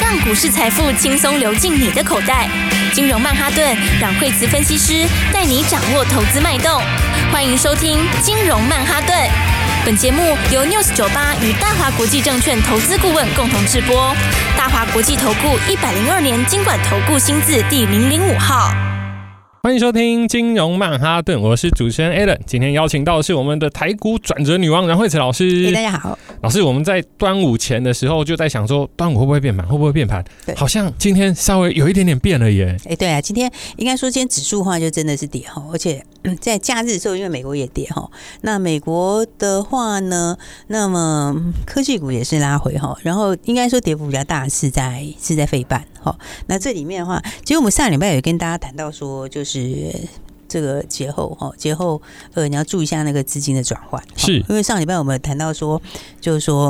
让股市财富轻松流进你的口袋。金融曼哈顿让惠慈分析师带你掌握投资脉动。欢迎收听金融曼哈顿。本节目由 News 98与大华国际证券投资顾问共同制播。大华国际投顾102年金管投顾新字第005号。 欢迎收听金融曼哈顿，我是主持人 Alan。今天邀请到的是我们的台股转折女王阮惠慈老师。 大家好， 老师，我们在端午前的时候就在想说，端午会不会变盘？会不会变盘？好像今天稍微有一点点变了耶。 对啊，今天应该说今天指数的话就真的是跌哈，而且在假日的时候，因为美国也跌哈，那美国的话呢，那么科技股也是拉回哈，然后应该说跌幅比较大是在费半哈。那这里面的话，其实我们上礼拜有跟大家谈到说，就是这个节后哈，节后你要注意一下那个资金的转换， 是因为上礼拜我们谈到说，就是说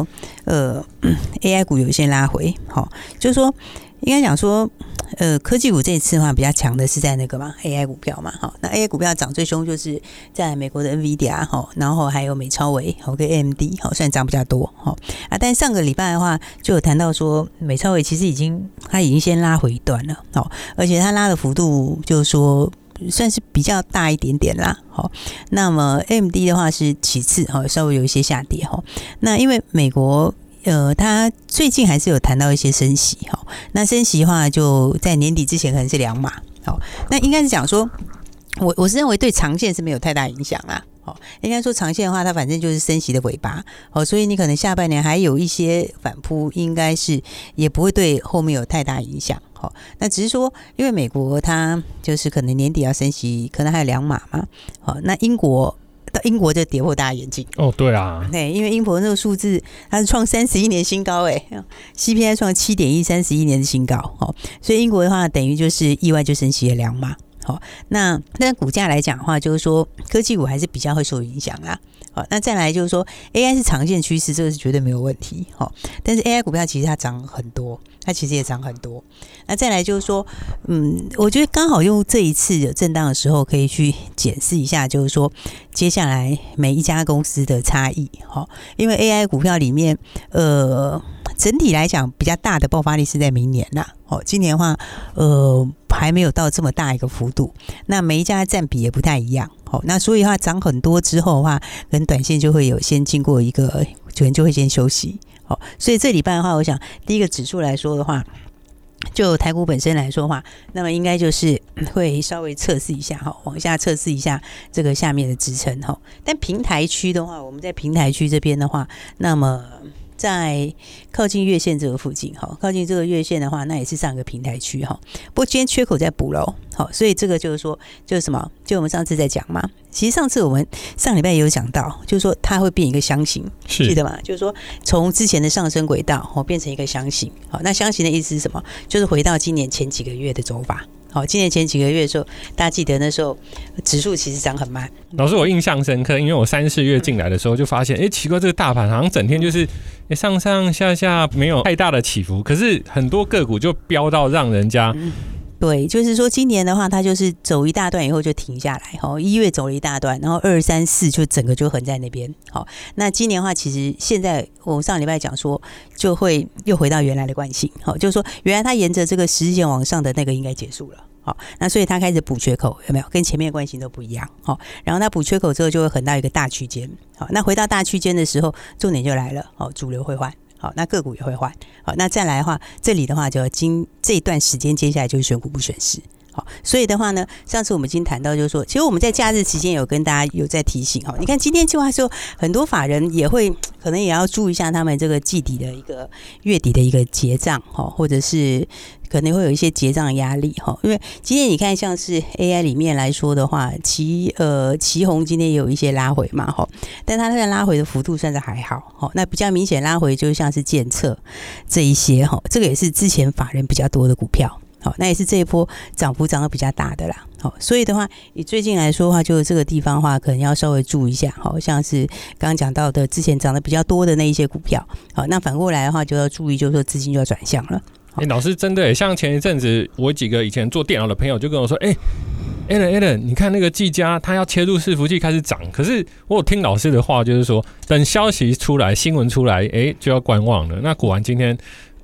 AI 股有一些拉回，好，就是说应该讲说。科技股这一次的话比较强的是在那个嘛 AI 股票嘛，好，那 AI 股票涨最凶就是在美国的 NVIDIA 哈，然后还有美超微好跟 AMD 好，虽然涨比较多哈啊，但上个礼拜的话就有谈到说美超微其实已经先拉回一段了，好，而且它拉的幅度就是说算是比较大一点点啦，好，那么 AMD 的话是其次哈，稍微有一些下跌哈，那因为美国。他最近还是有谈到一些升息哈，那升息的话就在年底之前可能是2码，好，那应该是讲说，我是认为对长线是没有太大影响啦，好，应该说长线的话，它反正就是升息的尾巴，好，所以你可能下半年还有一些反扑，应该是也不会对后面有太大影响，好，那只是说，因为美国它就是可能年底要升息，可能还有2码嘛，好，那英国就跌破大家眼镜哦，对啊， 对，因为英国那个数字它是创31年新高，CPI 创7.1，31年的新高，所以英国的话等于就是意外就升息了2码，那股价来讲的话，就是说科技股还是比较会受影响啦。好，那再来就是说 AI 是长线趋势，这个是绝对没有问题。好，但是 AI 股票其实它涨很多，它其实也涨很多。那再来就是说，我觉得刚好用这一次有震荡的时候，可以去检视一下，就是说接下来每一家公司的差异。好，因为 AI 股票里面，整体来讲比较大的爆发力是在明年啦。好，今年的话，还没有到这么大一个幅度。那每一家占比也不太一样。好，那所以它涨很多之后的话，可能短线就会有先经过一个，可能就会先休息。好，所以这礼拜的话，我想第一个指数来说的话，就台股本身来说的话，那么应该就是会稍微测试一下哈，往下测试一下这个下面的支撑哈。但平台区的话，我们在平台区这边的话，那么在靠近月线这个附近，靠近这个月线的话，那也是上个平台区哈。不过今天缺口在补喽，好，所以这个就是说，就是什么？就我们上次在讲嘛。其实上次我们上礼拜也有讲到，就是说它会变一个箱型，记得吗？就是说从之前的上升轨道变成一个箱型。好，那箱型的意思是什么？就是回到今年前几个月的走法。好，今年前几个月的时候，大家记得那时候指数其实涨很慢。 老师，我印象深刻，因为我3、4月进来的时候就发现，奇怪，这个大盘好像整天就是上上下下没有太大的起伏，可是很多个股就飙到让人家。 对，就是说今年的话，它就是走一大段以后就停下来。1月走了一大段，然后2、3、4就整个就横在那边。好，那今年的话，其实现在我上礼拜讲说，就会又回到原来的惯性。好，就是说原来它沿着这个10日线往上的那个应该结束了。好，那所以它开始补缺口，有没有？跟前面的惯性都不一样。好，然后它补缺口之后就会横到一个大区间。好，那回到大区间的时候，重点就来了。好，主流会换。好，那个股也会换。好，那再来的话，这里的话就这一段时间，接下来就是选股不选市。好，所以的话呢，上次我们已经谈到，就是说，其实我们在假日期间有跟大家有在提醒哈。你看今天计划说，很多法人也会可能也要注意一下他们这个季底的一个月底的一个结账哈，或者是可能会有一些结账压力哈。因为今天你看像是 AI 里面来说的话，奇宏今天也有一些拉回嘛哈，但它的拉回的幅度算是还好哈。那比较明显拉回就像是建策这一些哈，这个也是之前法人比较多的股票。好，那也是这一波涨幅涨得比较大的啦。好，所以的话，以最近来说的话，就这个地方的话，可能要稍微注意一下。好，像是刚刚讲到的，之前涨得比较多的那一些股票。好，那反过来的话，就要注意，就是说资金就要转向了。 老师真的像前一阵子，我几个以前做电脑的朋友就跟我说，Alan， 你看那个技嘉，它要切入伺服器开始涨，可是我有听老师的话，就是说等消息出来、新闻出来，就要观望了。那果然今天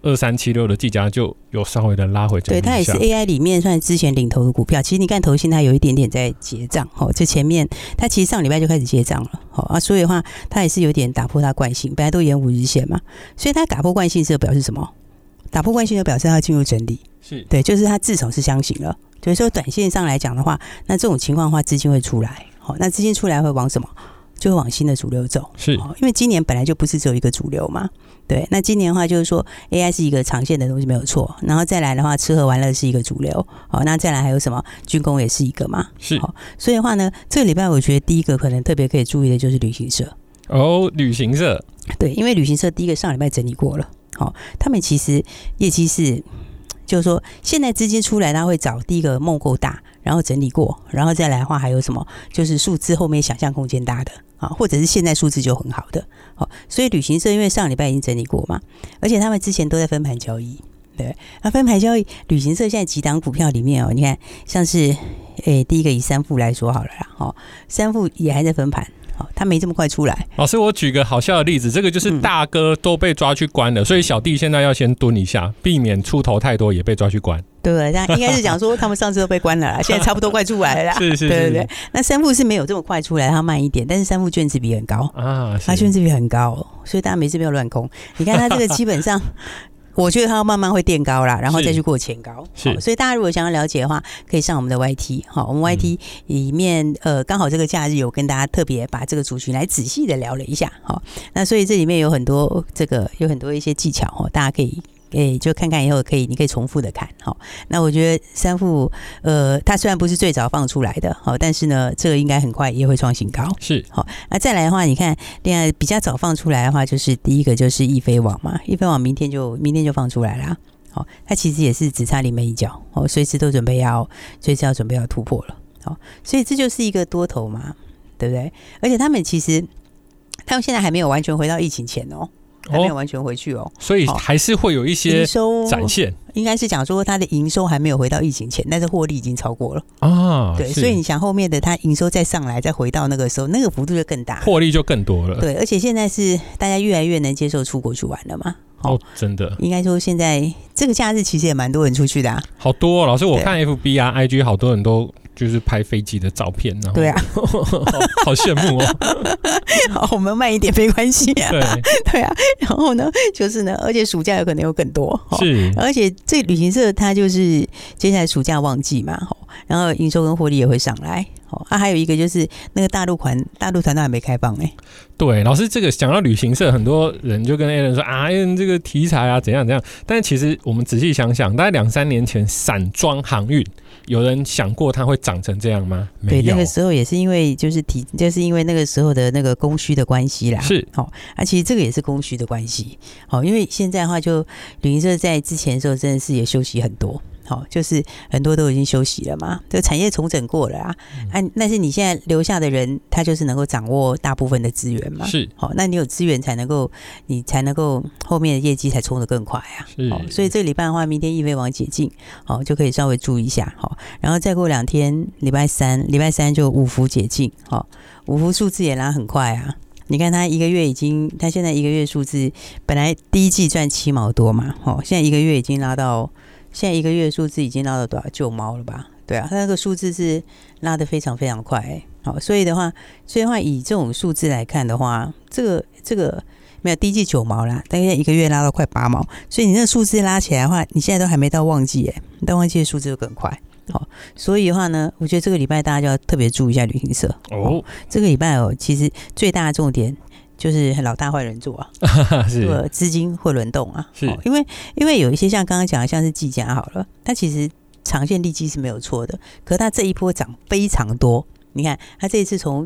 2376的技嘉就有稍微的拉回整理一下。 对，它也是 AI 里面算之前领头的股票。其实你看投信它有一点点在结账，这前面它其实上礼拜就开始结账了，所以的话它也是有点打破它惯性，本来都沿5日线嘛，所以它打破惯性是表示什么？打破惯性就表示它进入整理， 是对，就是它至少是箱型了。所以说短线上来讲的话，那这种情况的话，资金会出来，那资金出来会往什么？就会往新的主流走， 是因为今年本来就不是只有一个主流嘛，对。那今年的话，就是说 AI 是一个长线的东西没有错，然后再来的话，吃喝玩乐是一个主流，那再来还有什么？军工也是一个嘛， 是。 所以的话呢，这个礼拜我觉得第一个可能特别可以注意的就是旅行社。 旅行社， 对，因为旅行社第一个上礼拜整理过了，他们其实业绩是。就是说，现在资金出来，他会找第一个梦够大，然后整理过，然后再来的话还有什么？就是数字后面想象空间大的或者是现在数字就很好的所以旅行社因为上礼拜已经整理过嘛，而且他们之前都在分盘交易，对，那分盘交易，旅行社现在几档股票里面你看像是第一个以三富来说好了啦，三富也还在分盘。他没这么快出来。 老师，我举个好笑的例子，这个就是大哥都被抓去关了，所以小弟现在要先蹲一下，避免出头太多也被抓去关。 对，那应该是讲说他们上次都被关了啦，现在差不多快出来了啦。 是， 对。那三富是没有这么快出来，它慢一点，但是三富卷子比很高啊，它卷子比很高，所以大家没事不要乱空。你看它这个基本上。我觉得它慢慢会垫高啦，然后再去过前高。所以大家如果想要了解的话，可以上我们的 YT。我们 YT 里面刚好这个假日有跟大家特别把这个族群来仔细的聊了一下。那所以这里面有很多一些技巧大家可以。就看看以后你可以重复的看。那我觉得三富它虽然不是最早放出来的，但是呢这个应该很快也会创新高。 是。 那再来的话，你看另外比较早放出来的话，就是第一个就是易飞网嘛，易飞网明天就放出来啦。它其实也是只差临门一脚，随时准备要突破了。所以这就是一个多头嘛，对不对？而且他们现在还没有完全回到疫情前还没有完全回去所以还是会有一些展现。 应该是讲说它的营收还没有回到疫情前，但是获利已经超过了对，所以你想后面的它营收再上来，再回到那个时候，那个幅度就更大， 获利就更多了。 对，而且现在是大家越来越能接受出国去玩了嘛。 真的， 应该说现在这个假日其实也蛮多人出去的好多老师，我看 FB 啊 IG 好多人都就是拍飞机的照片，然后对啊， 好羡慕好，我们慢一点没关系对啊，然后呢，就是呢，而且暑假有可能有更多是，而且这旅行社它就是接下来暑假旺季嘛，然后营收跟获利也会上来。还有一个就是那个大陆团都还没开放对，老师这个讲到旅行社，很多人就跟 Alan 说这个题材啊怎样怎样，但是其实我们仔细想想，大概2-3年前散装航运，有人想过它会长成这样吗？没有。 对，那个时候也是因为就是因为那个时候的那个供需的关系啦。 是， 其实这个也是供需的关系。因为现在的话，就旅行社在之前的时候真的是也休息很多。就是很多都已经休息了嘛，这个产业重整过了啊。但是你现在留下的人，他就是能够掌握大部分的资源嘛。 是， 那你有资源你才能够后面的业绩才冲得更快啊。所以这个礼拜的话，明天易飞网解禁，就可以稍微注意一下。然后再过2天，礼拜三就五福解禁，五福数字也拉很快啊。你看他现在一个月数字本来第一季赚7毛多嘛，现在一个月已经拉到。现在一个月数字已经拉到多少9毛了吧？对啊，它那个数字是拉得非常非常快所以的话以这种数字来看的话，这个没有第一季9毛啦，但现在一个月拉到快8毛，所以你那个数字拉起来的话，你现在都还没到旺季你到旺季的数字就更快。所以的话呢，我觉得这个礼拜大家就要特别注意一下旅行社这个礼拜其实最大的重点。就是老大坏人做这个资金会轮动是因为有一些像刚刚讲的，像是技嘉好了，它其实长线利基是没有错的，可是它这一波涨非常多。你看，他这一次从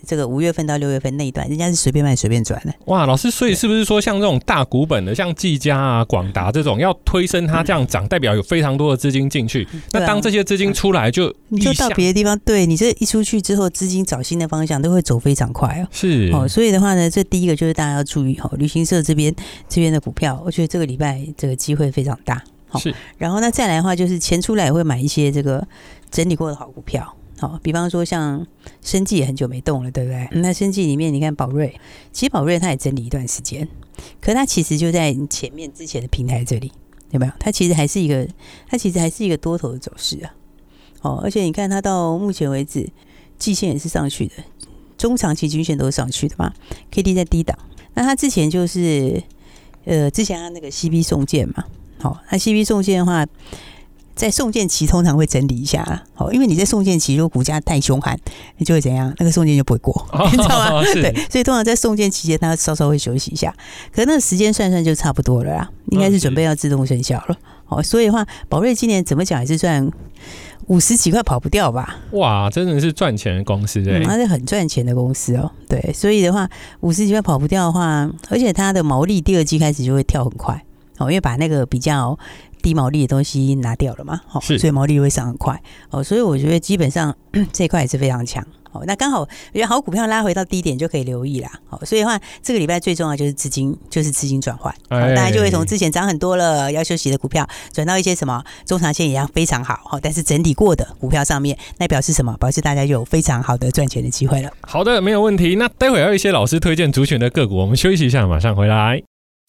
5月份到6月份那一段，人家是随便卖随便转的。 哇，老师，所以是不是说像这种大股本的，像技嘉啊、广达这种，要推升它这样涨，代表有非常多的资金进去？那当这些资金出来，你就到别的地方，对你这一出去之后，资金找新的方向都会走非常快是所以的话呢，这第一个就是大家要注意旅行社这边的股票，我觉得这个礼拜这个机会非常大。 是， 然后呢再来的话，就是钱出来也会买一些这个整理过的好股票。 好，比方说像生技也很久没动了，对不对？那生技里面，你看宝瑞，其实宝瑞它也整理一段时间，可它其实就在前面之前的平台这里，有没有？它其实还是一个多头的走势啊。而且你看它到目前为止，季线也是上去的，中长期均线都是上去的嘛 ，KD 在低档。那它之前就是之前它那个 CB 送件嘛，那 CB 送件的话。在送件期通常会整理一下啦，因为你在送件期如果股价太凶悍，你就会怎样？那个送件就不会过，你知道吗？对，所以通常在送件期间，它稍稍会休息一下，可是那个时间算算就差不多了啦，应该是准备要自动生效了。所以的话，宝瑞今年怎么讲也是赚50几块跑不掉吧？ 哇，真的是赚钱的公司它是很赚钱的公司哦。对，所以的话50几块跑不掉的话，而且它的毛利第二季开始就会跳很快，因为把那个比较低毛利的东西拿掉了嘛，所以毛利会上很快，所以我觉得基本上这一块也是非常强。那刚好我觉得好股票拉回到低点就可以留意啦。所以的话，这个礼拜最重要就是资金转换，大家就会从之前涨很多了要休息的股票，转到一些什么中长线一样非常好，但是整理过的股票上面，那表示什么？表示大家就有非常好的赚钱的机会了。 好的，没有问题。那待会还有一些老师推荐族群的个股，我们休息一下，马上回来。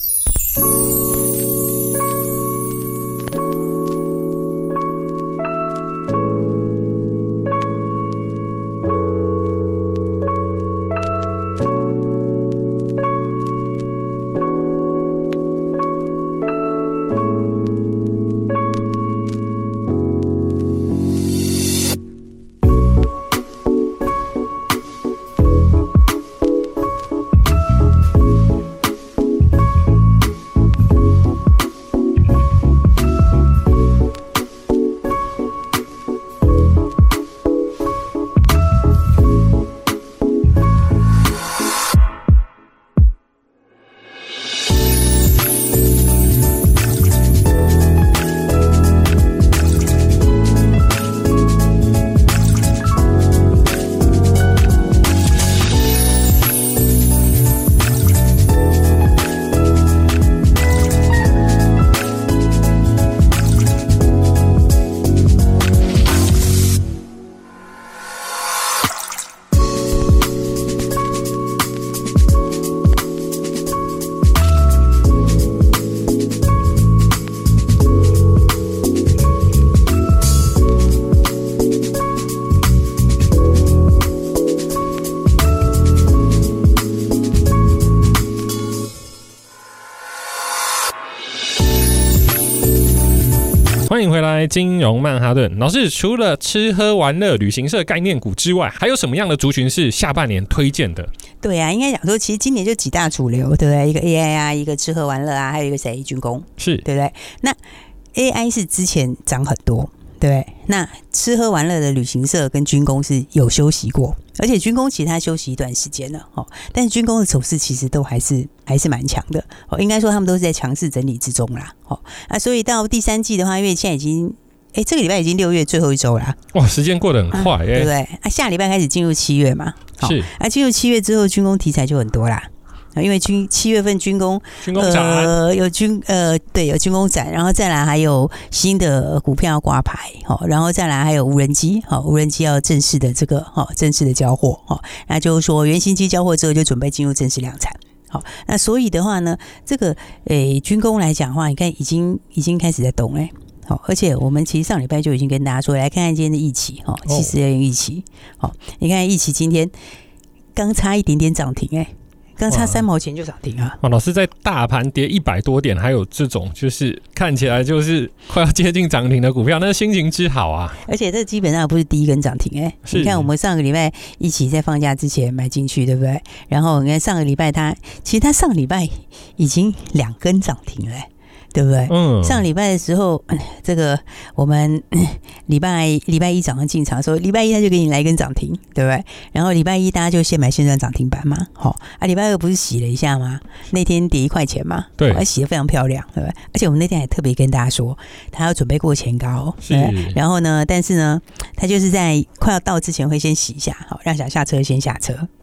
欢迎回来，金融曼哈顿老师。除了吃喝玩乐、旅行社概念股之外，还有什么样的族群是下半年推荐的？ 对啊，应该讲说，其实今年就几大主流，对不对？一个 AI 啊，一个吃喝玩乐啊，还有一个谁？军工， 是对不对？那 AI 是之前涨很多，对不对？那吃喝玩乐的旅行社跟军工是有休息过，而且军工其实它休息一段时间了，但是军工的走势其实都还是蛮强的，应该说他们都是在强势整理之中啦，所以到第三季的话，因为现在已经这个礼拜已经6月最后一周啦， 哇，时间过得很快， 对不对？下礼拜开始进入7月嘛， 是进入7月之后，军工题材就很多啦。因为7月份军工展有有军工展，然后再来还有新的股票挂牌，然后再来还有无人机，无人机要正式的交货，那就是说原型机交货之后就准备进入正式量产。好，那所以的话呢，这个军工来讲的话，你看已经开始在动好，而且我们其实上礼拜就已经跟大家说，来看看今天的一期70元一期，你看一期今天刚差一点点涨停刚差3毛钱就涨停啊！ 老师在大盘跌100多点，还有这种就是看起来就是快要接近涨停的股票，那心情之好啊！ 而且这基本上不是第一根涨停你看我们上个礼拜一起在放假之前买进去，对不对？然后你看上个礼拜其实它上个礼拜已经2根涨停了对不对？上礼拜的时候，这个我们礼拜一早上进场的时候，礼拜一他就给你来一根涨停，对不对？然后礼拜一大家就现买现赚涨停板嘛，礼拜二不是洗了一下吗？那天跌1块钱嘛， 对， 洗得非常漂亮，对不对？而且我们那天还特别跟大家说，他要准备过前高， 是。 然后呢，但是呢，他就是在快要到之前会先洗一下，让想下车先下车。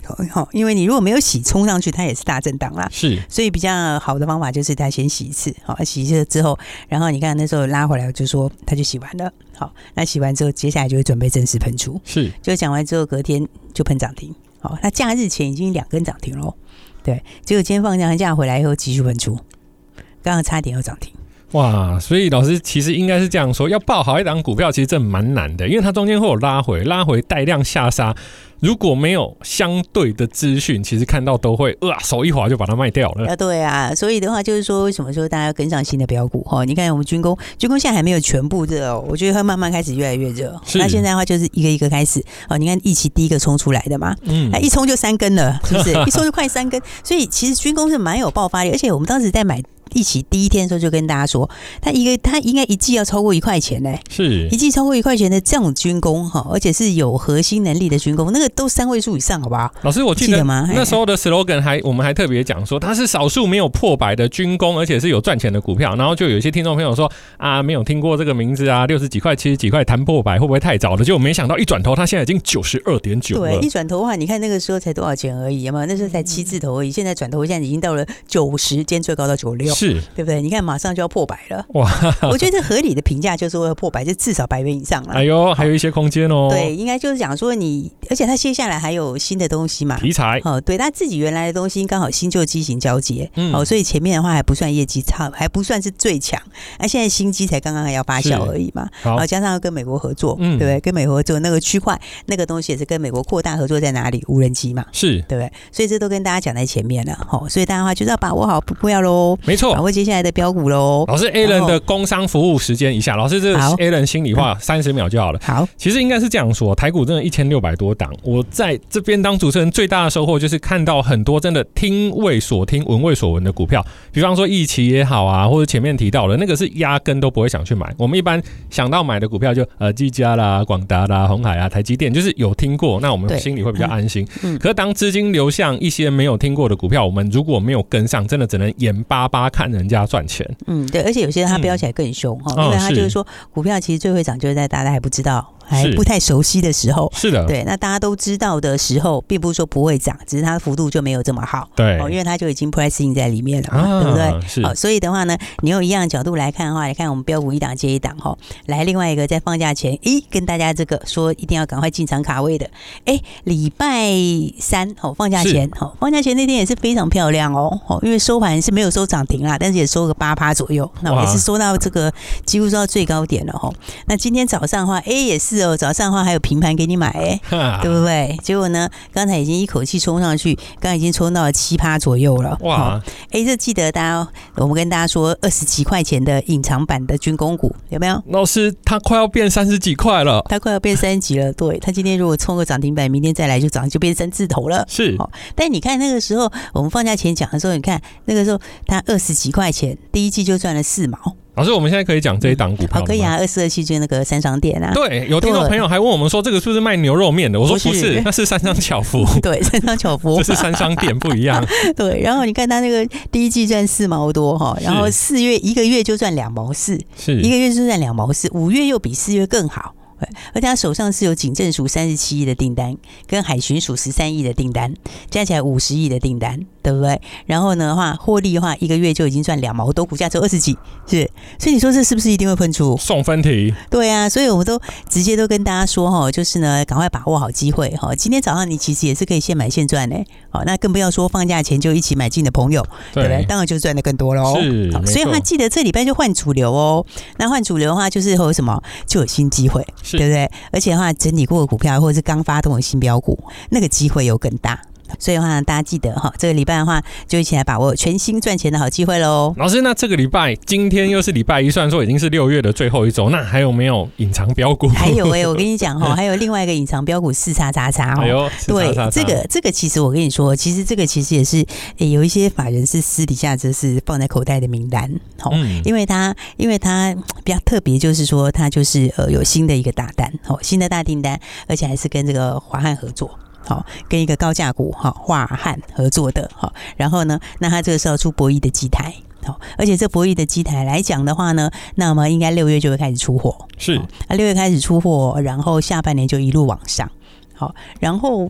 因为你如果没有洗冲上去，它也是大震荡啦。 是， 所以比较好的方法就是它先洗一次，好，洗一次之后，然后你看那时候拉回来，我就说它就洗完了，好，那洗完之后，接下来就会准备正式喷出， 是， 就讲完之后隔天就喷涨停，好，它假日前已经2根涨停了，对，结果今天放假回来以后继续喷出，刚刚差点要涨停。 哇，所以老师其实应该是这样说，要抱好一档股票，其实这蛮难的，因为它中间会有拉回带量下杀，如果没有相对的资讯，其实看到都会手一滑就把它卖掉了。 对啊，所以的话就是说，为什么说大家要跟上新的标股哈？你看我们军工现在还没有全部热哦，我觉得会慢慢开始越来越热。那现在的话就是一个一个开始哦，你看一期第一个冲出来的嘛，那一冲就3根了，是不是？一冲就快3根，所以其实军工是蛮有爆发力，而且我们当时在买一起第一天的时候就跟大家说，它应该一季要超过1块钱呢， 是一季超过1块钱的这种军工哈，而且是有核心能力的军工，那个都3位数以上，好不好？ 老师，我记得吗？那时候的 slogan 我们还特别讲说，它是少数没有破百的军工，而且是有赚钱的股票。然后就有一些听众朋友说没有听过这个名字啊，60几块、70几块谈破百会不会太早了？结果没想到一转头，它现在已经92.9了。 对，一转头的话，你看那个时候才多少钱而已，有没有？那时候才7字头而已，现在转头现在已经到了90，今天最高到96。是，对不对？你看，马上就要破百了。哇！我觉得合理的评价就是说破百，就至少100元以上了。 哎呦，还有一些空间哦。 对，应该就是讲说而且它接下来还有新的东西嘛， 题材。 对，它自己原来的东西刚好新旧机型交接，所以前面的话还不算业绩差，还不算是最强。现在新机才刚刚还要发酵而已嘛。加上要跟美国合作，对不对？跟美国合作那个区块那个东西也是跟美国扩大合作在哪里？无人机嘛， 是， 对不对？所以这都跟大家讲在前面了。所以大家的话就是要把握好股票喽， 没错， 把握接下来的标股喽。 老师 Alan 的工商服务时间一下，老师这个 Alan 心里话30秒就好了。 好， 其实应该是这样说，台股真的1600多档，我在这边当主持人最大的收获就是看到很多真的听味所听、闻味所闻的股票，比方说一期也好啊，或者前面提到的那个是压根都不会想去买。我们一般想到买的股票就技嘉啦、广达啦、鸿海啊、台积电，就是有听过，那我们心里会比较安心。可是当资金流向一些没有听过的股票，我们如果没有跟上，真的只能眼巴巴看人家赚钱。 对，而且有些它飙起来更凶因为它就是说股票其实最会涨就是在大家还不知道。还不太熟悉的时候， 是的， 对，那大家都知道的时候，并不是说不会涨，只是它的幅度就没有这么好， 对， 因为它就已经 pricing 在里面了嘛，对不对？ 是， 所以的话呢，你用一样的角度来看的话，你看我们标股一档接一档来另外一个在放假前，跟大家这个说一定要赶快进场卡位的，礼拜3放假前，放假前那天也是非常漂亮因为收盘是没有收涨停啦，但是也收个8%左右，那我也是收到这个几乎收到最高点了那今天早上的话，也是早上的话还有平盘给你买对不对？结果呢，刚才已经一口气冲上去，刚才已经冲到了7%左右了。哇！这记得我们跟大家说20几块钱的隐藏版的军工股有没有？ 老师，它快要变30几块了， 它快要变30几了。对，它今天如果冲个涨停板，明天再来就涨，就变3字头了。 是， 但你看那个时候，我们放假前讲的时候，你看那个时候它20几块钱，第一季就赚了4毛。 老师，我们现在可以讲这一档股票吗？ 可以啊，2427就是那个三商店啊。 对，有听众朋友还问我们说，这个是不是卖牛肉面的？我说不是，那是三商巧福。 对，三商巧福， 这是三商店不一样。 对，然后你看他那个第一季赚4毛多然后4月一个月就赚2毛4，是一个月就赚2毛4，5月又比4月更好。而且他手上是有警政署37亿的订单，跟海巡署13亿的订单，加起来50亿的订单，对不对？然后呢话，获利的话，一个月就已经赚2毛多，股价只有20几，是。所以你说这是不是一定会喷出？ 送分题。 对啊，所以我们都直接都跟大家说就是呢，赶快把握好机会今天早上你其实也是可以现买现赚那更不要说放假前就一起买进的朋友，对不对？当然就赚得更多喽。 是， 所以他记得这礼拜就换主流那换主流的话，就是有什么就有新机会。对不对？而且的话，整理过的股票或者是刚发动的新标股，那个机会有更大。所以的话，大家记得这个礼拜的话，就一起来把握全新赚钱的好机会喽。 老师，那这个礼拜今天又是礼拜1，虽然说已经是6月的最后一周，那还有没有隐藏标股？ 还有我跟你讲还有另外一个隐藏标股4XXX 哎呦， 对，这个其实我跟你说，其实这个其实也是有一些法人是私底下就是放在口袋的名单因为他比较特别，就是说他就是有新的一个大单新的大订单，而且还是跟这个华汉合作。跟一个高价股华汉合作的然后呢，那他这个是要出博弈的机台而且这博弈的机台来讲的话呢，那么应该6月就会开始出货， 是 6月开始出货，然后下半年就一路往上然后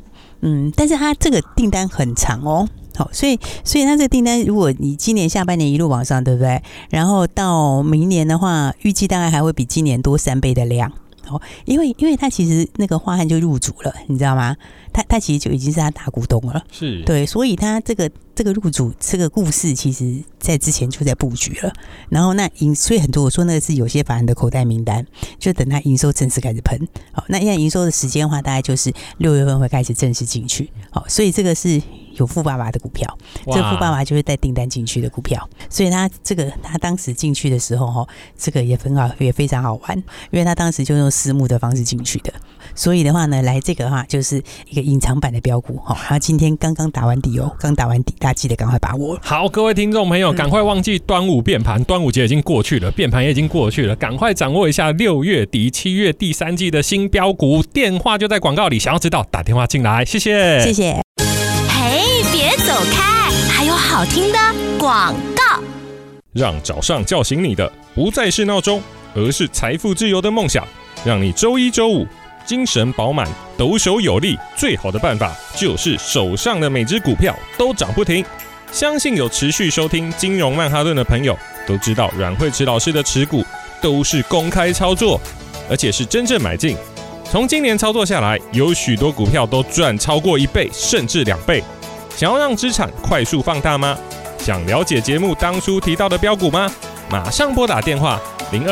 但是它这个订单很长哦。好，所以它这个订单，如果你今年下半年一路往上，对不对？然后到明年的话，预计大概还会比今年多3倍的量。哦，因为他其实那个华汉就入主了，你知道吗？他其实就已经是他大股东了， 是对，所以他这个入主这个故事，其实在之前就在布局了。然后所以很多我说那个是有些法人的口袋名单，就等他营收正式开始喷。好，那现在营收的时间的话，大概就是6月份会开始正式进去。好，所以这个是有富爸爸的股票，这个富爸爸就是带订单进去的股票，所以他当时进去的时候，这个也很好，也非常好玩，因为他当时就用私募的方式进去的，所以的话呢，来这个的话就是一个隐藏版的标股，他今天刚打完底哦，大家记得赶快把握。 好，各位听众朋友，赶快忘记端午变盘，端午节已经过去了，变盘也已经过去了，赶快掌握一下6月底、7月第3季的新标股，电话就在广告里，想要知道打电话进来，谢谢， 谢谢。 别走开，还有好听的广告。 让早上叫醒你的不再是闹钟，而是财富自由的梦想。让你周一周五精神饱满、抖擻有力。最好的办法就是手上的每只股票都涨不停。相信有持续收听金融曼哈顿的朋友都知道，阮慧慈老师的持股都是公开操作，而且是真正买进。从今年操作下来，有许多股票都赚超过1倍甚至2倍。想要让资产快速放大吗？想了解节目当初提到的标股吗？马上拨打电话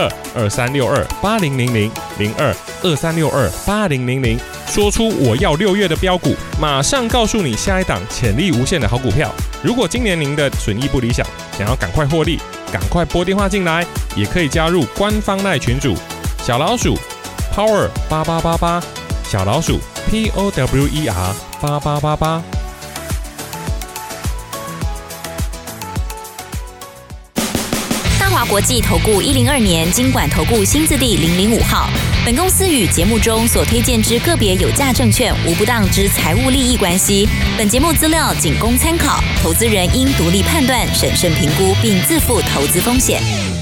02-2362-8000 02-2362-8000，说出我要6月的标股，马上告诉你下一档潜力无限的好股票。如果今年您的损益不理想，想要赶快获利，赶快拨电话进来，也可以加入官方LINE群组小老鼠 Power 8888，小老鼠 POWER 8888。 大华国际投顾102年金管投顾新字第005号。本公司与节目中所推荐之个别有价证券无不当之财务利益关系。本节目资料仅供参考，投资人应独立判断、审慎评估，并自负投资风险。